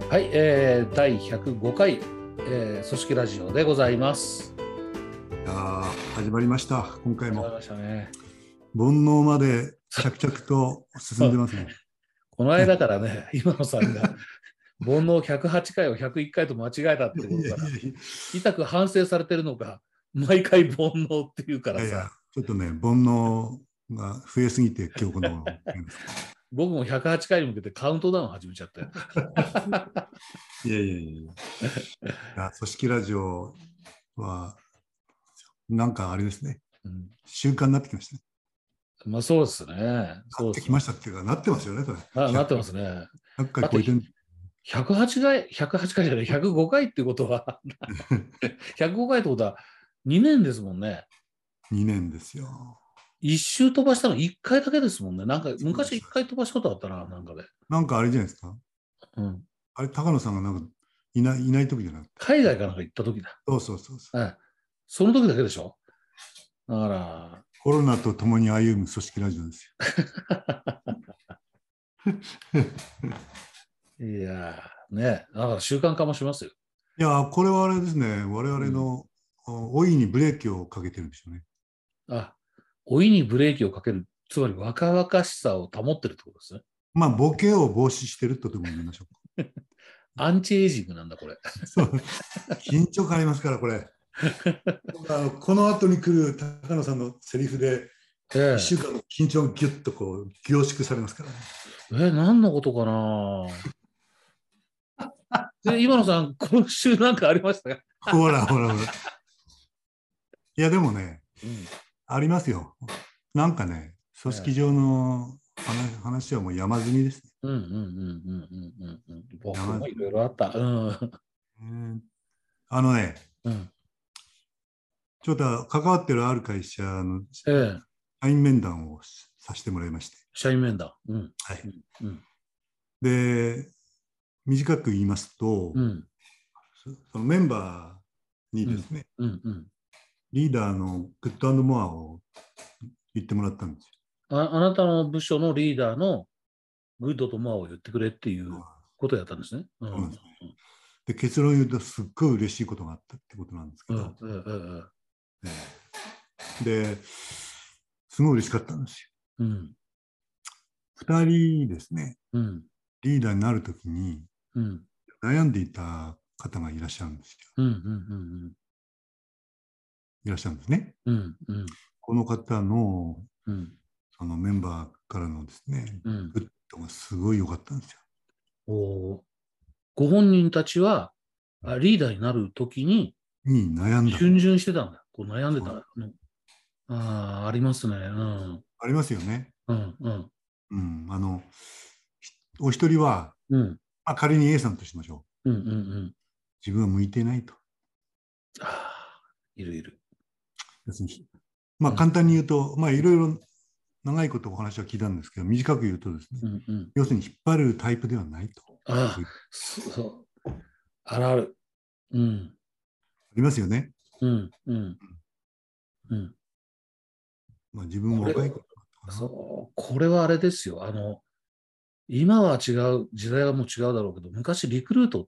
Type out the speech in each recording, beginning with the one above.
はい、第105回、組織ラジオでございます。 始まりました。今回も始まりましたね。 煩悩まで着々と進んでますね。 この間からね、今野さんが煩悩108回を101回と間違えたってことから、痛く反省されてるのか、毎回煩悩っていうからさ。 ちょっとね、煩悩が増えすぎて今日この僕も108回に向けてカウントダウン始めちゃったよ。 いやいやいや、組織ラジオはなんかあれですね、習慣になってきましたね。 まあそうですね。 なってきましたっていうか、なってますよね、これ。 なってますね。 100回だって超えてる。 108回、108回じゃない、105回っていうことは、105回ってことは2年ですもんね。 2年ですよ。 一周飛ばしたの1回だけですもんね。なんか昔1回飛ばしたことあったな、なんかで。 なんかあれじゃないですか。 うん。 あれ、高野さんがなんかいない時じゃなくて。 海外かなんか行った時だ。 そうそうそうそう。 その時だけでしょ。だから、 コロナと共に歩む組織ラジオですいやー、ね、だから習慣化もしますよ。 いや、これはあれですね、我々の老いにブレーキをかけてるんでしょうね。 あ、老いにブレーキをかける。つまり若々しさを保ってるってことですね。 まあ、ボケを防止してるとでも言いましょうか。 アンチエイジングなんだ、これ。 そう、緊張感ありますから、これ。この後に来る高野さんのセリフで、1週間の緊張がギュッとこう凝縮されますからね。 何のことかな。で、今野さん、今週なんかありましたか？ ほらほらほら。いや、でもね、ありますよ。なんかね、組織上の話はもう山積みですね。 僕もいろいろあった。 あのね、 うん。 ちょっと関わってるある会社のええ。 社員面談をさせてもらいまして。 社員面談。 はい。で、短く言いますと、そのメンバーにですね、リーダーのグッド&モアを言ってもらったんですよ。あなたの部署のリーダーのグッドとモアを言ってくれっていうことをやったんですね。 で、結論を言うとすっごい嬉しいことがあったってことなんですけど、で、すごい嬉しかったんですよ。2人ですね、リーダーになるときに悩んでいた方がいらっしゃるんですよ。いらっしゃるんですね。この方の、そのメンバーからのですね、グッドがすごい良かったんですよ。ご本人たちはリーダーになるときに悩んだ。 逡巡してたんだ。こう悩んでた。ありますね。 ありますよね。お一人は、仮に A さんとしましょう。自分は向いてないと。 いるいる。 まあ簡単に言うと、まあいろいろ長いことお話は聞いたんですけど、短く言うとですね、要するに引っ張るタイプではないと。 そう。ある。 ありますよね。まあ自分も若い頃これはあれですよ。今は違う、時代はもう違うだろうけど、昔リクルートって、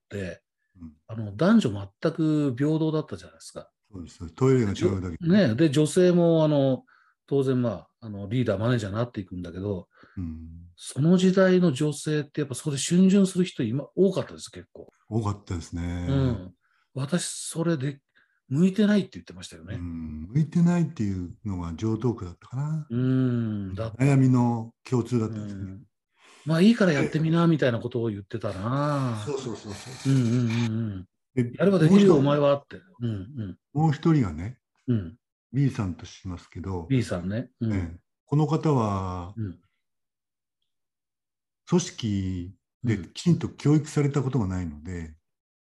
男女全く平等だったじゃないですか。 そうです。トイレが違うだけね。で、女性も当然、リーダー、マネージャーになっていくんだけど、その時代の女性ってやっぱそこで逡巡する人多かったです、結構。 多かったですね。 私、それで向いてないって言ってましたよね。 向いてないっていうのが常套句だったかな。悩みの共通だったんですね。 まあいいからやってみなみたいなことを言ってたな。 そうそうそうそう。 やればできるよ、お前はって。 もう一人がね、B さんとしますけど、 B さんね。 この方は、組織できちんと教育されたことがないので、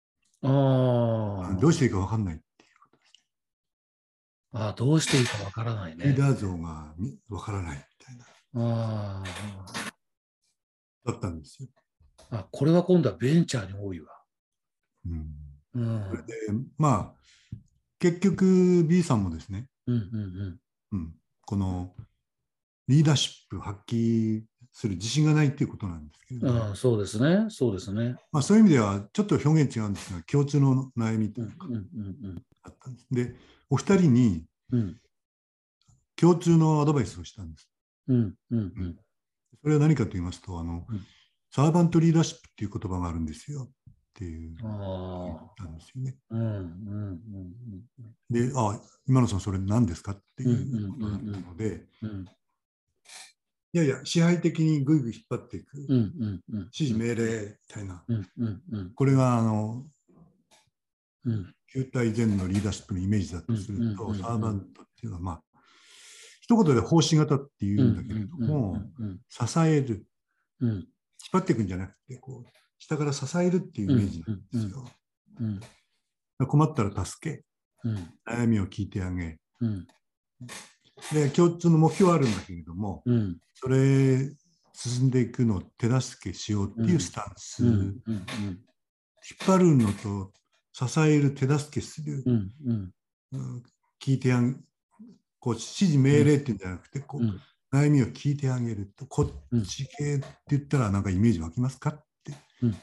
どうしていいか分かんないっていうことですね。どうしていいか分からないね。 リーダー像が分からないみたいな。だったんですよ。 これは今度はベンチャーに多いわ。 それで、まあ、結局 B さんもですね、このリーダーシップ発揮する自信がないっていうことなんですけれども、 そうですね、そうですね。 そういう意味ではちょっと表現違うんですが、共通の悩みというかあったんです。で、お二人に共通のアドバイスをしたんです。それは何かと言いますと、サーバントリーダーシップっていう言葉があるんですよっていう言ったんですよね。で、今野さんそれ何ですかっていうことだったので、いやいや、支配的にぐいぐい引っ張っていく、指示命令みたいな、これが旧体前のリーダーシップのイメージだとすると、サーバントっていうのは、一言で奉仕型っていうんだけれども、支える、引っ張っていくんじゃなくて、こう下から支えるっていうイメージなんですよ。困ったら助け、悩みを聞いてあげ、で共通の目標はあるんだけれども、それ進んでいくのを手助けしようっていうスタンス、引っ張るのと支える、手助けする、聞いてあげ、こう指示命令っていうんじゃなくて、こう悩みを聞いてあげると、こっち系って言ったらなんかイメージ湧きますかって、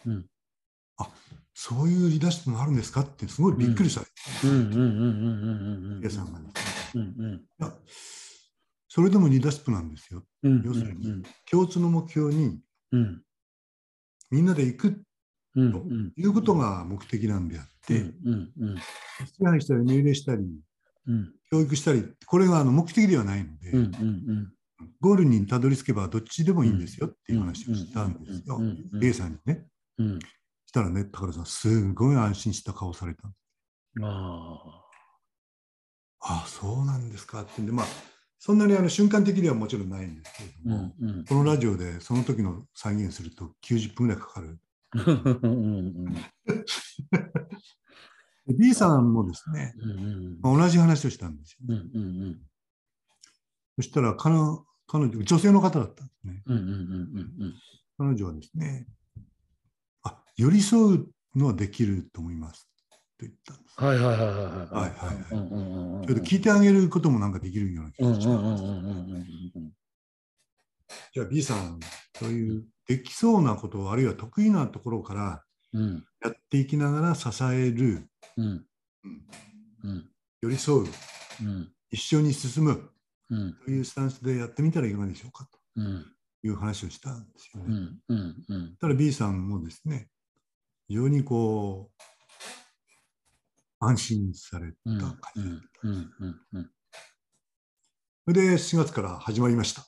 そういうリーダーシップもあるんですかってすごいびっくりした皆さんがですね。いや、それでもリーダーシップなんですよ。要するに共通の目標にみんなで行くということが目的なんであって、支配したり命令したり教育したり、これが目的ではないので、ゴールにたどり着けばどっちでもいいんですよっていう話をしたんですよ。A さんにね。したらね、高田さん、すごい安心した顔された。そうなんですかってんで、そんなに瞬間的ではもちろんないんですけれども、このラジオでその時の再現すると90分ぐらいかかる。B さんもですね、同じ話をしたんですよ、ね。そしたら彼女、女性の方だったんですね。彼女はですね、寄り添うのはできると思いますと言ったんです。それで聞いてあげることもなんかできるような気がします。じゃあ B さん、そういうできそうなこと、あるいは得意なところからやっていきながら支える、寄り添う、一緒に進むというスタンスでやってみたらいかがでしょうかという話をしたんですよね。ただ B さんもですね、非常にこう安心された感じだったんです。それで4月から始まりました。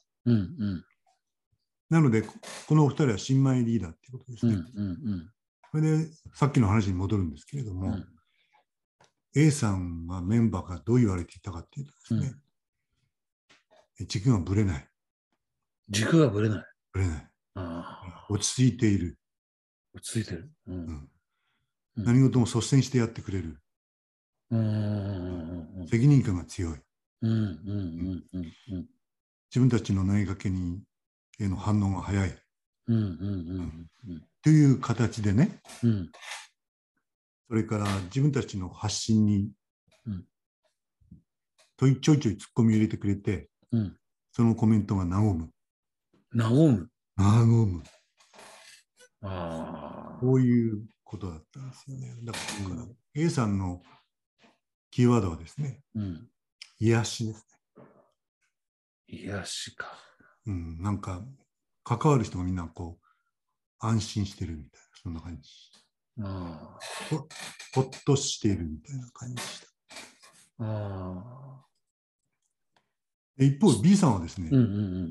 なのでこのお二人は新米リーダーっていうことですね。それでさっきの話に戻るんですけれども、A さんはメンバーがどう言われていたかっていうとですね、軸がぶれない。 軸がぶれない。 ぶれない。落ち着いている。 落ち着いてる。 何事も率先してやってくれる。責任感が強い。自分たちの投げかけへの反応が早い。という形でね、それから自分たちの発信にちょいちょい突っ込みを入れてくれて、そのコメントが和む。こういうことだったんですよね。だから、A さんのキーワードはですね、癒しですね。 癒しか。 なんか関わる人がみんなこう安心してるみたいな、そんな感じ。ほっとしているみたいな感じでした。一方 B さんはですね、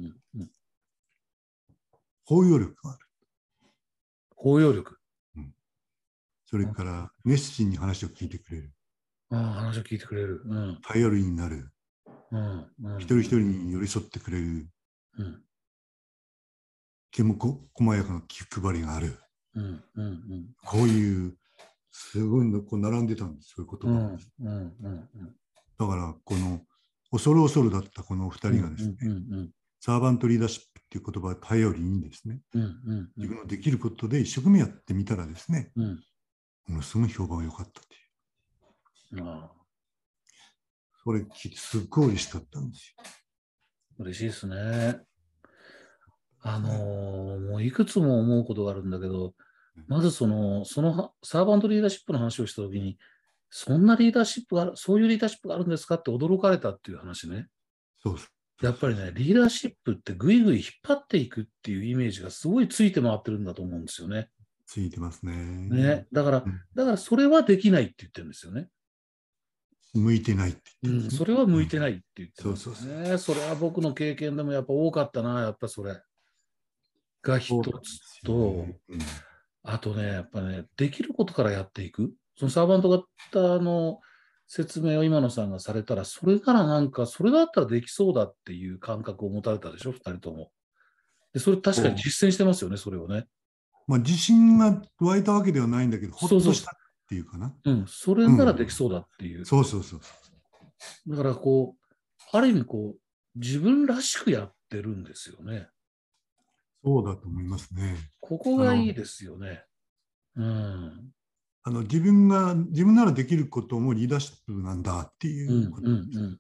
包容力がある。 包容力。 それから熱心に話を聞いてくれる。 話を聞いてくれる。 頼りになる。一人一人に寄り添ってくれる。きめ細やかな気配りがある。こういうすごいのこう並んでたんです、そういう言葉が。だからこの恐る恐るだったこのお二人がですね、サーバントリーダーシップっていう言葉を頼りにですね、自分のできることで一生懸命やってみたらですね、ものすごい評判が良かったという。それ聞いてすっごい嬉しかったんですよ。 嬉しいですね。 もういくつも思うことがあるんだけど、まずそのサーバントリーダーシップの話をしたときに、そんなリーダーシップがそういうリーダーシップがあるんですかって驚かれたっていう話ね。 そうそうやっぱりね、リーダーシップってぐいぐい引っ張っていくっていうイメージがすごいついて回ってるんだと思うんですよね。 ついてますね。 ね。だかうんらそれはできないって言ってるんですよね。 向いてないって言ってるんですね。 それは向いてないって言ってそうますよそうそう。 ね。それは僕の経験でもやっぱ多かったな、やっぱそれが一そうなんでつすよと、 ね。うん、 あとね、やっぱね、できることからやっていく。そのサーバント型の説明を今野さんがされたら、それならなんか、それだったらできそうだっていう感覚を持たれたでしょ、二人とも。で、それ確かに実践してますよね、それをね。 まあ、自信が湧いたわけではないんだけど、ほそうそうそっとしたっていうかな。 う。それならうん。 できそうだっていう。 そうそうそう。 だからある意味自分らしくやってるんですよね。 そうだと思いますね。 ここあの、 がいいですよね。うん。 自分ならできることもリーダーシップなんだってうん、 いうこと。 うん、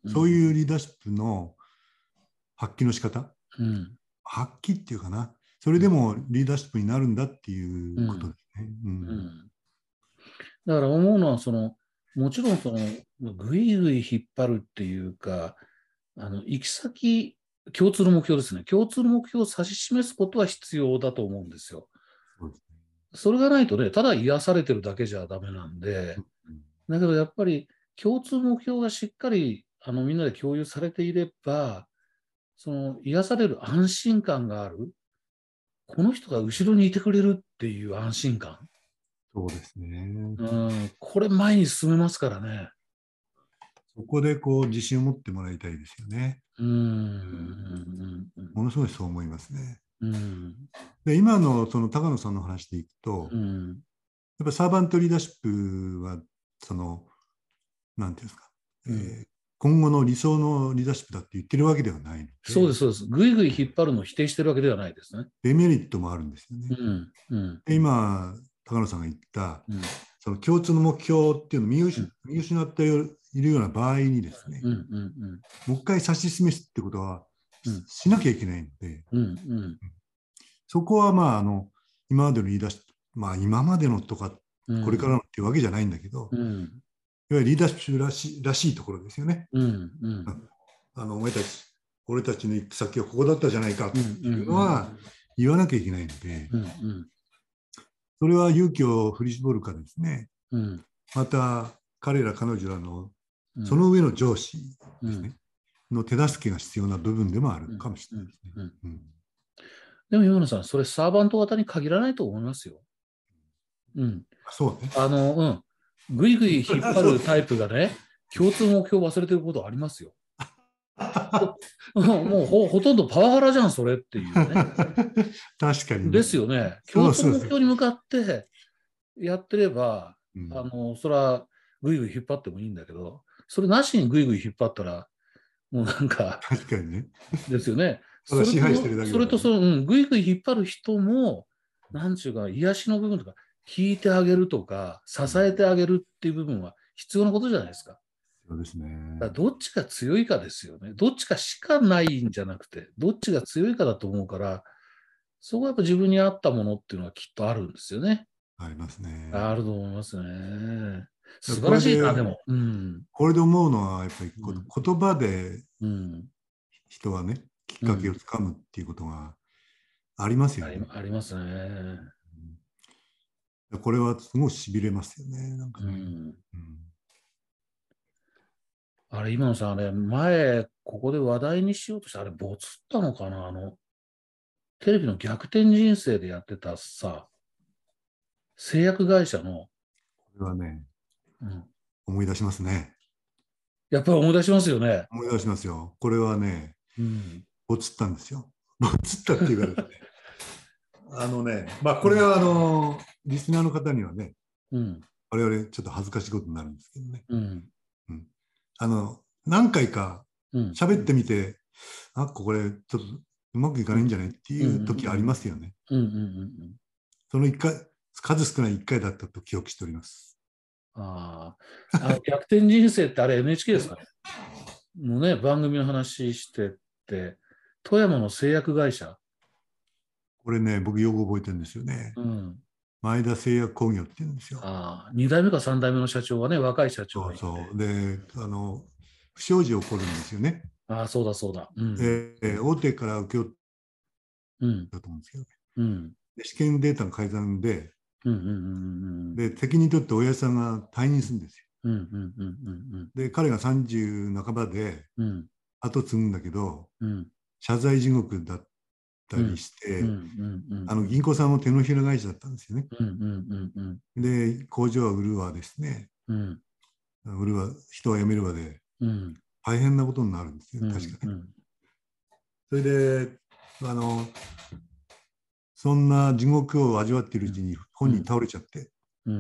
うん、 そういうリーダーシップの発揮の仕方。 うん、 発揮っていうかな。それでもリーダーシップになるんだっていうことうん、 ですね。うん。 うん。だから思うのは、もちろんぐいぐい引っ張るっていうか、行き先、共通の目標ですね。共通の目標を指し示すことは必要だと思うんですよ。 そうですね。 それがないとね、ただ癒されてるだけじゃダメなんで、 うん、 だけどやっぱり共通目標がしっかりみんなで共有されていれば、その癒される安心感がある。この人が後ろにいてくれるっていう安心感。 そうですね。 これ前に進めますからね。 そこでこう自信を持ってもらいたいですよね。 うん、 ものすごいそう思いますね。 うん、 で、今のその高野さんの話でいくと、 うん、 やっぱサーバントリーダーシップは、なんていうんですか、 うん。 今後の理想のリーダーシップだって言ってるわけではないので、 そうです、そうです。ぐいぐい引っ張るのを否定してるわけではないですね。 デメリットもあるんですよね。 うん、うん、 で、今、高野さんが言った、 うん、 その共通の目標っていうのをうん、 見失っているような場合にですね、 うん、うん、 もう一回指し示すってことはうん、 しなきゃいけないので、 うん、うん、 そこはまあ、今までのリーダーシップ、まあ今までのとか、 うん、 これからのっていうわけじゃないんだけど、 うん、 いわゆるリーダーシップらしいところですよね。 うん、うん、 俺たちの行く先はここだったじゃないかっうん、うていうのはん、 言わなきゃいけないので、 うん、 それは勇気を振り絞るかですね。 うん、 また、彼ら彼女らのうん、 その上の上司うん、 ですね。の手助けが必要な部分でもあるうん、 かもしれないですね。 うん。 うん、 でも、今野さん、それサーバント型に限らないと思いますよ。うん。 そうね。 ぐいぐい引っ張そうです。 るタイプがね、共通目標を忘れてることありますよ。もうほとんどパワハラじゃん、それっていうね。 確かにでね。 すよね。共通の目そうそうそう。 標に向かってやってれば、 うん、 それはぐいぐい引っ張ってもいいんだけど、それなしにぐいぐい引っ張ったら、もうなんか、 確かにね。 ですよね。 ただ支配してるだけだからね。 ぐいぐい引っ張る人も、なんちゅうか、癒しの部分とか、聞いてあげるとか、支うん、 えてあげるっていう部分は必要なことじゃないですか。 そうですね。 だからどっちが強いかですよね。どっちかしかないんじゃなくて、どっちが強いかだと思うから、そこはやっぱ自分に合ったものっていうのはきっとあるんですよね。 ありますね。 あると思いますね。素晴こらしいな、 れで、 でも。うん。 これで思うのは、やっぱりうん。 言葉でうん。 人はね、きっかけをうん。 つかむっていうことがありますよね。 ありますね。 これはすごい痺れますよね。なんかね。 うん。 うん、 あれ、今のさ、あれ、前、ここで話題にしようとして、あれ、ボツったのかなテレビの逆転人生でやってたさ、製薬会社の、 これはね、 うん、 思い出しますね。 やっぱり思い出しますよね。 思い出しますよ。これはね、 うん。 ボツったんですよ。ボツったっていうかですね。まあこれはリスナーの方にはね、 うん。 我々ちょっと恥ずかしいことになるんですけどね。 うん。 うん、何回かうん。 喋ってみて、これちょっとうまくいかないんじゃないってうん。ういう時ありますよね。 ん。うん。うん。 その一回、数少ない1回だったと記憶しております。 ああ。逆転人生ってあれ NHK ですかね。もうね、番組の話してって、富山の製薬会社。 これね、僕よく覚えてるんですよね。 うん。 前田製薬工業って言うんですよ。 ああ、2代目か3代目の社長はね、若い社長がいて。 そうそう。で、不祥事起こるんですよね。 ああ、そうだそうだ。うん。 大手から請け負っうん。 たと思うんですけどね。 うん。 で試験データの改ざんで、 うん。うん。うん。 で、責任取って親父さんが退任するんですよ。 うん。うん。うん。うん。 で、彼が30半ばでうん。 後継ぐんだけど、 うん。 謝罪地獄だったりうん。 しうん。うて、 ん。うん。うん。 銀行さんも手のひら返しだったんですよね。 うん。うん。うん。 で、工場は売るわですね。 うん。 売るわ、人は辞めるわで、 うん。 大変なことになるんですよ、 うん。 確かね。 うん。 それで、そんな地獄を味わっているうちに本人倒れちゃって、 うん。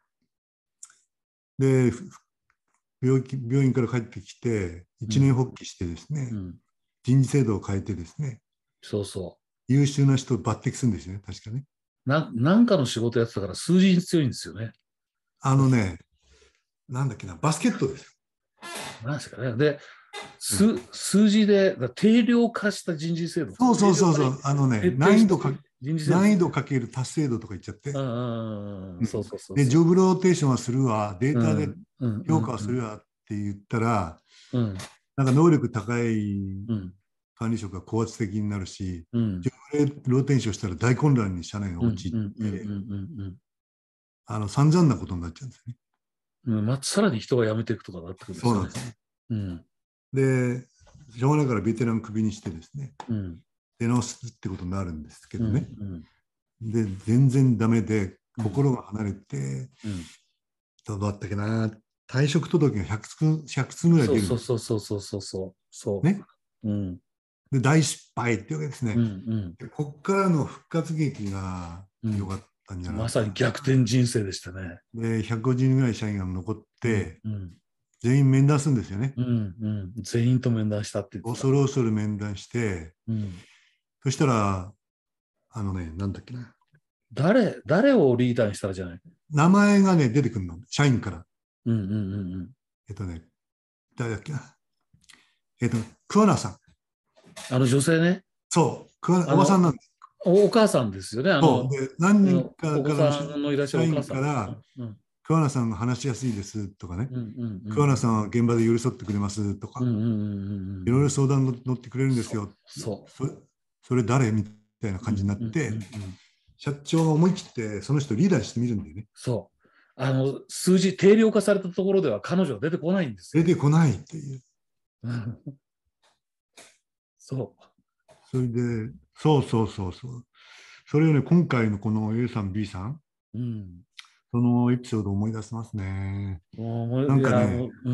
で、病院から帰ってきて、一年発起してですね、 うん。 人事制度を変えてですね、 そうそ優秀な人を抜擢するんですよね、確かね。 う。なんかの仕事やってたから数字に強いんですよね。 あのね、なんだっけな、バスケットですよ。 なんですかね。で、 うん、 数字で、定量化した人事制度。 そうそうそう定量化にそう、 徹底した難易度人事制度。 難易度かける達成度とか言っちゃって、 うんうんうん。 うん、 そうそうそうで、ジそう。 ョブローテーションはするわ、データでうんうんう評価んうんをするわって言ったら、 うんなんか能力高いうん管理職が高圧的になるし、 うんジョブローテーションしたら大混乱に社内がうん陥っうんうんて、 うん散々なことになっちゃうんですよね。 まあ、さらに人が辞めていくとかなってくるんですよね。 そうなんです。 うんで、しょうがないからベテランクビにしてですね、 うん出直すってことになるんですけうんうどね。 んで、全然ダメで、 うん心が離れて、 うんどうだったっけな、退職届が100通ぐらいそう出るんです。 そうそうそうそうそうそね。 う。うんで、大失敗ってわけですうんね。 うんでこっからの復活劇がうん良かったんじゃなかまさにったかな。 逆転人生でしたね。 で、150人ぐらい社員が残っうんて、 うん全員面談するんですよね。 うんうん全員と面談したって言ってた。 恐る恐る面談して、 うんそしたら、なんだっけな。 誰をリーダーにしたらじゃない。 名前がね、出てくるの。社員から。 うんうんうんうんえっとね、誰だっけな。桑名さん。 あの女性ね。 そう、おばさんあの、 なんです。 お母さんですよね。 そう。で、何人かお子からのさんのいらっしゃ社員るお母さん。 から、 うん桑名さんが話しやすいですとかね。 うんうんうん桑名さんは現場で寄り添ってくれますとか、 うんうんうんうんいろいろうん相談乗ってくれるんですよ。 そそれ誰みたいなう。う感じになっんうんうんうて、 ん社長が思い切ってその人リーダーにしてみるんだよね。 そう。数字定量化されたところでは彼女は出てこないんですよ。 出てこないっていう。 うんそそれで、そうそうそうそう。それをね、今回のこの A さん、B さん、 う。うん。 そのエピソードを思い出しますね。なんいや、 かね、 うん。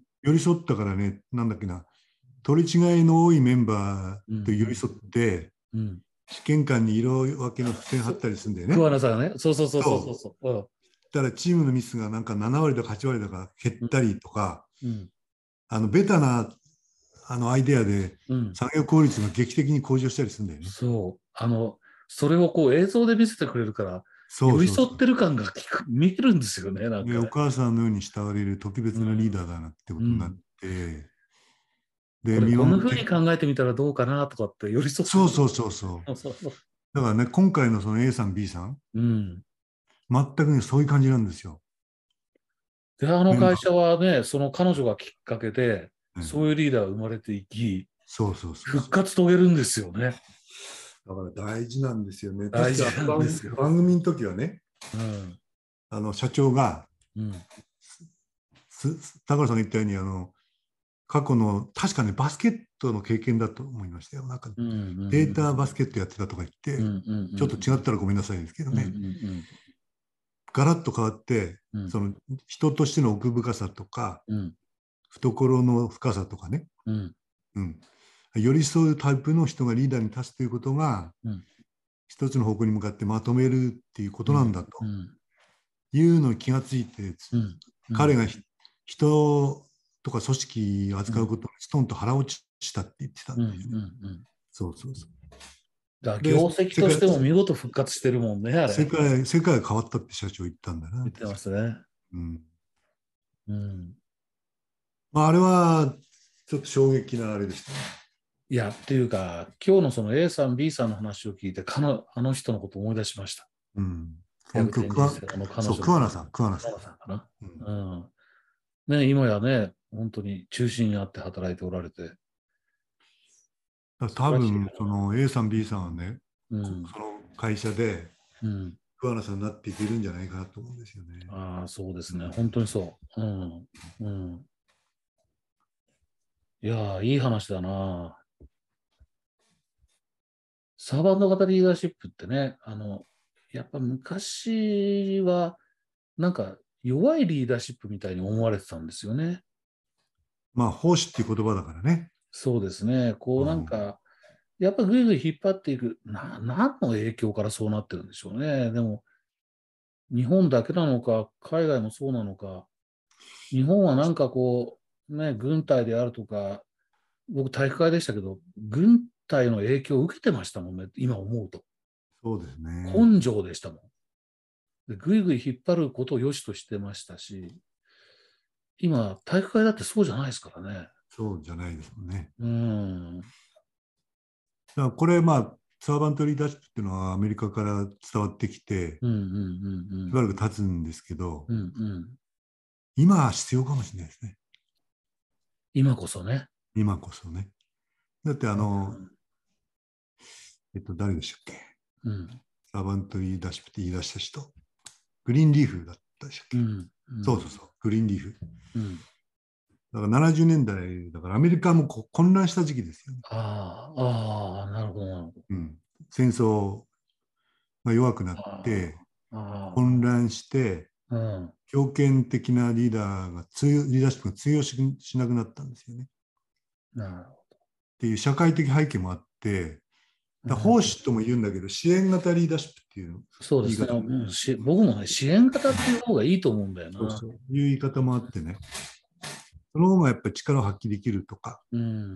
寄り添ったからね、なんだっけな、取り違いの多いメンバうんーと寄り添って、 うん。 試験官に色分けの付箋貼ったりするんだよね。 桑名さんがね。そうそうそうそうそう。 そう。うんだからチームのミスがなんか7割とか8割とか減ったりとか、 うんベタなアイデアでうん。 作業効率が劇的に向上したりするんだよね。 そう。それをこう映像で見せてくれるから、寄りそうそうそう。 添ってる感が見えるんですよね、なんで、 かね。 お母さんのように慕われる特別なリーうん。 ダーだなってことになっうん。 て、で、 これこんな見守って、 風に考えてみたらどうかなとかって寄り添ってくそうそうそうそう。 る。そうそう。 だからね、今回のその A さん、B さん、 うん。 全くね、そういう感じなんですよ。 で、会社メンバはね、その彼女がきっかけで、 ー。うん、 そういうリーダーが生まれていき、 そうそうそうそう。 復活遂げるんですよね。 だから大事なんですよね。 大事確かなんですよ。 番組の時はね、 うん。 社長が、 うん。 高野さんが言ったように、過去の、確かね、バスケットの経験だと思いましたよ。なんか、 うん。うん。 データバスケットやってたとか言っうん。うて、 ん。うん。 ちょっと違ったらごめんなさいですけどうん。うね、 ん。 ガラッと変わって、 うん。 その人としての奥深さとか、 うん。 懐の深さとかね、 うん。 うん、寄り添うタイプの人がリーダーに立つということが、 うん。 一つの方向に向かってまとめるっていうことなんだとうん。 いうのに気がついて、 うん。 彼が人とか組織をうん。 扱うことにストンと腹落ちしたって言ってたんうん。うだよね。 ん。 そうそうそう。 だからで、 業績としても見事復活してるもんね、あれ。 世界が変わったって社長言ったんだな。 言ってますね。 うん。 うん。 まあ、あれはちょっと衝撃なあれでしたね。 いや、っていうか、今日のその A さん、B さんの話を聞いて、あの人のことを思い出しました。 うん。 逆本当、 転人生の彼そう、 女の。 桑名さん、桑名さん。 桑名さんかな。 うん、 うん。ね、今やね、本当に中心にあって働いておられて、素晴らしいよ多分、その A さん、B さんはね、 うん。 その会社でうん。 桑名さんになっていけるんじゃないかなと思うんですよね。 ああ、そうですね。 うん、 本当にそう。うん。うん。いやー、いい話だな。サーバント型リーダーシップってね、やっぱ昔は、なんか弱いリーダーシップみたいに思われてたんですよね。 まあ、奉仕っていう言葉だからね。 そうですね。こうなんうん、 か、やっぱぐいぐい引っ張っていく、何の影響からそうなってるんでしょうね。でも、日本だけなのか、海外もそうなのか、日本はなんかこう、ね、軍隊であるとか、僕体育会でしたけど、軍隊の影響を受けてましたもんね、今思うと。 そうですね。 根性でしたもん。でぐいぐい引っ張ることを良しとしてましたし、今、体育会だってそうじゃないですからね。 そうじゃないですもんね。 うん。 だからこれ、まあ、サーバントリーダーシップっていうのはアメリカから伝わってきて、 うんうんうんしばらく経つんですけど、 うん。うんうん。 今は必要かもしれないですね。 今こそね。 今こそね。だって誰でしたっけ？ うん。 サーバントリーダーシップって言い出した人。グリーンリーフだったでしたっけ？ うん。うん。 そうそうそう、グリーンリーフ。 うん。 だから70年代だからアメリカも混乱した時期ですよね。 ああ、ああ、なるほど、なるほど。 うん、戦争が弱くなってああ、あ混乱してあ、うん。 強権的なリーダーシップが通用しなくなったんですよね。 なるほっていう社会的背景もあって、 ど。うん、 奉仕とも言うんだけど支援型リーダーシップっていうそうですね。 言い方も、 うん僕もね、支援型っていう方がいいと思うんだよな。 そうそういう言い方もあってね、その方がやっぱり力を発揮できるとか、 うん、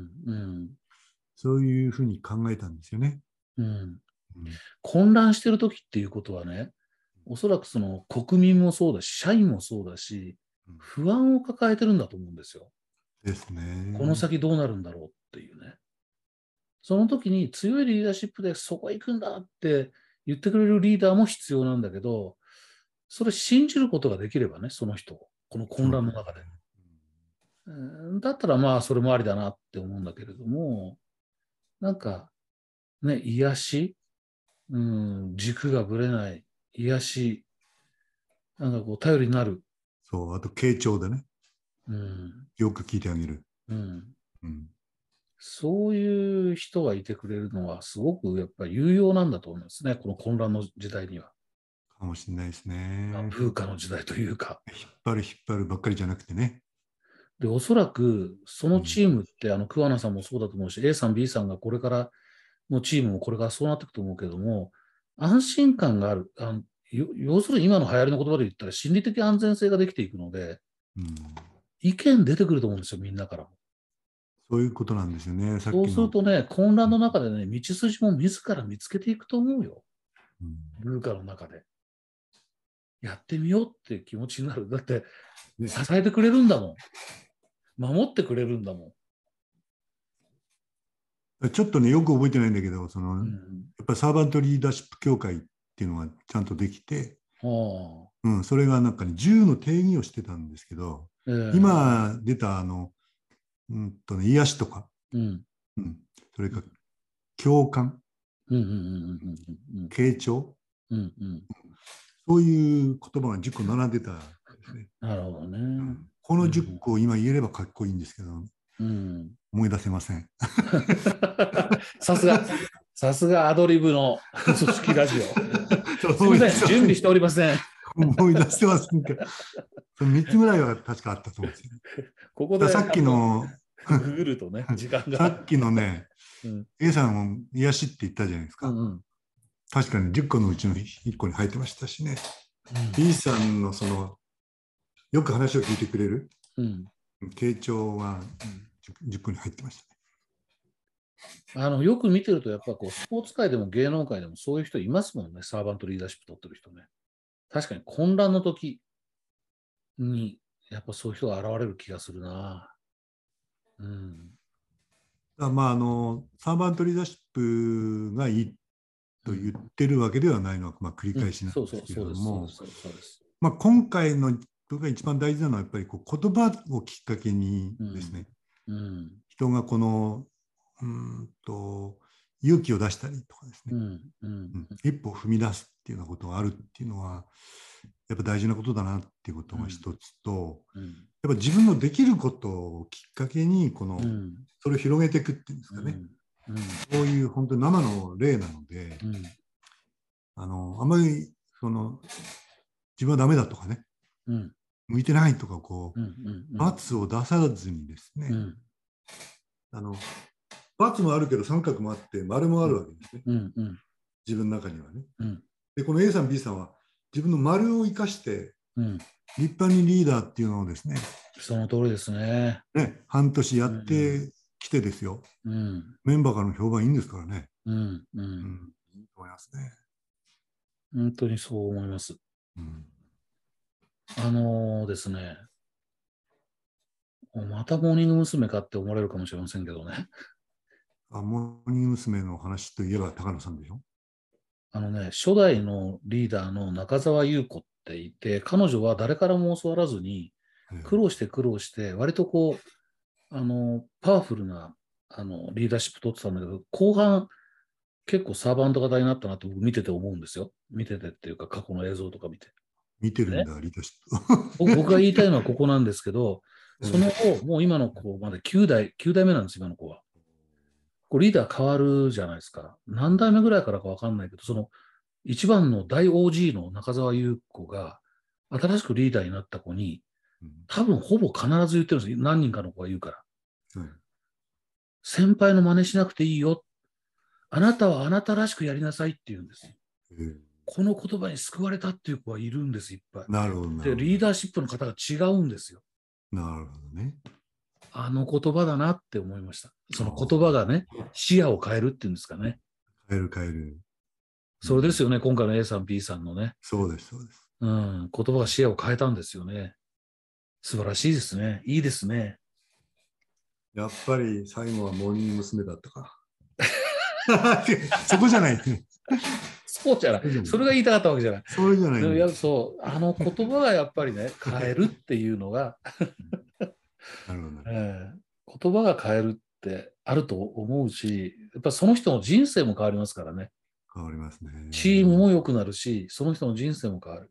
うん、 そういうふうに考えたんですよね。 うん。 うん、 混乱してる時っていうことはね、おそらくその国民もそうだし、社員もそうだし、不安を抱えてるんだと思うんですよ。 ですこのね。 先どうなるんだろうっていうね。その時に強いリーダーシップでそこ行くんだって言ってくれるリーダーも必要なんだけど、それ信じることができればね、その人を、この混そう乱の中で。だったらまあ、それもありだなって思うんだけれども、なんか、ね、癒し、うん、軸がぶれない、癒し、なんかこう、頼りになる、 そう、あと傾聴でね、 うん、 よく聞いてあげる。 うん、 うん、 そういう人がいてくれるのは、すごくやっぱり有用なんだと思いますね、この混乱の時代には。 かもしれないですね。 風化の時代というか。 引っ張るばっかりじゃなくてね。 で、おそらく、そのうん、 チームって、桑名さんもそうだと思うし、A さん、B さんがこれからのチームもこれからそうなっていくと思うけども、安心感がある。要するに今の流行りの言葉で言ったら心理的安全性ができていくので、 うん、 意見出てくると思うんですよ、みんなからも。 そういうことなんですよね。さっそうきの。 するとね、混乱の中でね、道筋も自ら見つけていくと思うよ。 うん、 文化の中で。やってみようっていう気持ちになる。だって、 ね、 支えてくれるんだもん。守ってくれるんだもちょっとね、よく覚えてないんだけど、 ん。うやん。 っぱりサーバントリーダーシップ協会っていうのがちゃんとできて、 ああ。 うん、それがなんかね、10の定義をしてたんですけど、 ええ今出た癒しとか、 うん。 うん、それから共感、 うん。うん。うん。うん。 傾聴、 うん。うん。 そういう言葉が10個並んでたんですね。 なるほどね。 うん、この10 うん。 個を今言えればかっこいいんですけど、 うん。 思い出せません。 さすが、さすがアドリブの組織ラジオ。すみ思い出ません、 せません。 準備しておりません。 思い出せませんか。その3つぐらいは確かあったと思うんですよね。 ここで、 さっきの、 ググるとね、時間が。 さっきのね、 うん。 A さんも癒しって言ったじゃないですか。 うんうん。 確かに10個のうちの1個に入ってましたしね。B さんのよく話を聞いてくれるうん。 傾聴は10個に入ってましたね。 よく見てると、やっぱこう、スポーツ界でも芸能界でもそういう人いますもんね。サーバントリーダーシップ取ってる人ね。確かに混乱の時に、やっぱそういう人が現れる気がするな。うん。 サーバントリーダーシップがいいと言ってるわけではないのは、繰り返しなんですけれども、今回の僕が一番大事なのはやっぱり言葉をきっかけにですね、人が勇気を出したりとかですね、一歩踏み出すっていうようなことがあるっていうのはやっぱ大事なことだなっていうことが一つと、やっぱ自分のできることをきっかけにそれを広げていくっていうんですかね、そういう本当に生の例なので、あんまり自分はダメだとかね、向いてないとか罰を出さずにですね、×もあるけど三角もあって丸もあるわけですね、自分の中にはね。でこの A さん B さんは自分の丸を生かして立派にリーダーっていうのをですね、 その通りですね。 半年やってきてですよ、メンバーからの評判いいんですからね。いいと思いますね。 本当にそう思います。ですね、またモーニング娘。かって思われるかもしれませんけどね。 モーニング娘。の話といえば高野さんでしょ。 初代のリーダーの中澤優子っていて、彼女は誰からも教わらずに苦労して割とパワフルなリーダーシップ取ってたんだけど、後半結構サーバント型になったなと僕見てて思うんですよ。見ててっていうか過去の映像とか見て。 見てるんだ、ね、リーダーシップ。僕が言いたいのはここなんですけど、その後、もう今の子まで9代目なんです、今の子は。リーダー変わるじゃないですか。何代目ぐらいからか分かんないけど、その一番の大 OG の中澤優子が新しくリーダーになった子に、多分ほぼ必ず言ってるんですよ。何人かの子が言うから。先輩の真似しなくていいよ。あなたはあなたらしくやりなさいって言うんです。この言葉に救われたっていう子はいるんです、いっぱい。 なるほど。 で、リーダーシップの方が違うんですよ。 なるほどね。 言葉だなって思いました。その言葉がね、視野を変えるっていうんですかね。 変える。 それですよね、今回の A さん、B さんのね。 そうです。 言葉が視野を変えたんですよね。素晴らしいですね。いいですね。 やっぱり最後はモーニング娘。だったか。そこじゃない。 そうじゃない。それが言いたかったわけじゃない。 それじゃない。 言葉がやっぱりね、変えるっていうのがなるほど、 言葉が変えるってあると思うし、やっぱその人の人生も変わりますからね。 変わりますね。 チームも良くなるし、その人の人生も変わる。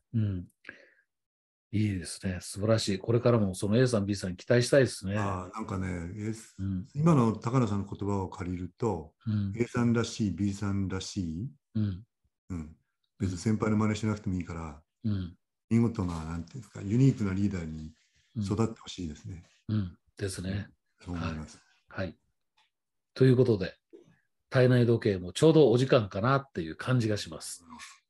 いいですね。素晴らしい。これからもその A さん、B さんに期待したいですね。 なんかね、今の高野さんの言葉を借りると、A さんらしい、B さんらしい、別に先輩の真似しなくてもいいから、見事な、なんていうんですか、ユニークなリーダーに育ってほしいですね。 ですね。 そう思います。 はい。ということで、体内時計もちょうどお時間かなっていう感じがします。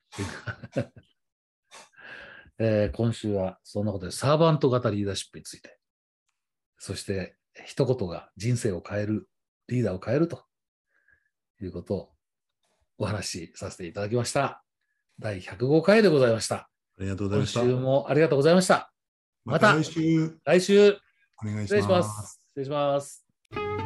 今週はそんなことでサーバント型リーダーシップについて、そして一言が人生を変える、リーダーを変えるということをお話しさせていただきました。第105回でございました。 ありがとうございました。 今週もありがとうございました。 また来週お願いします。 失礼します。 失礼します。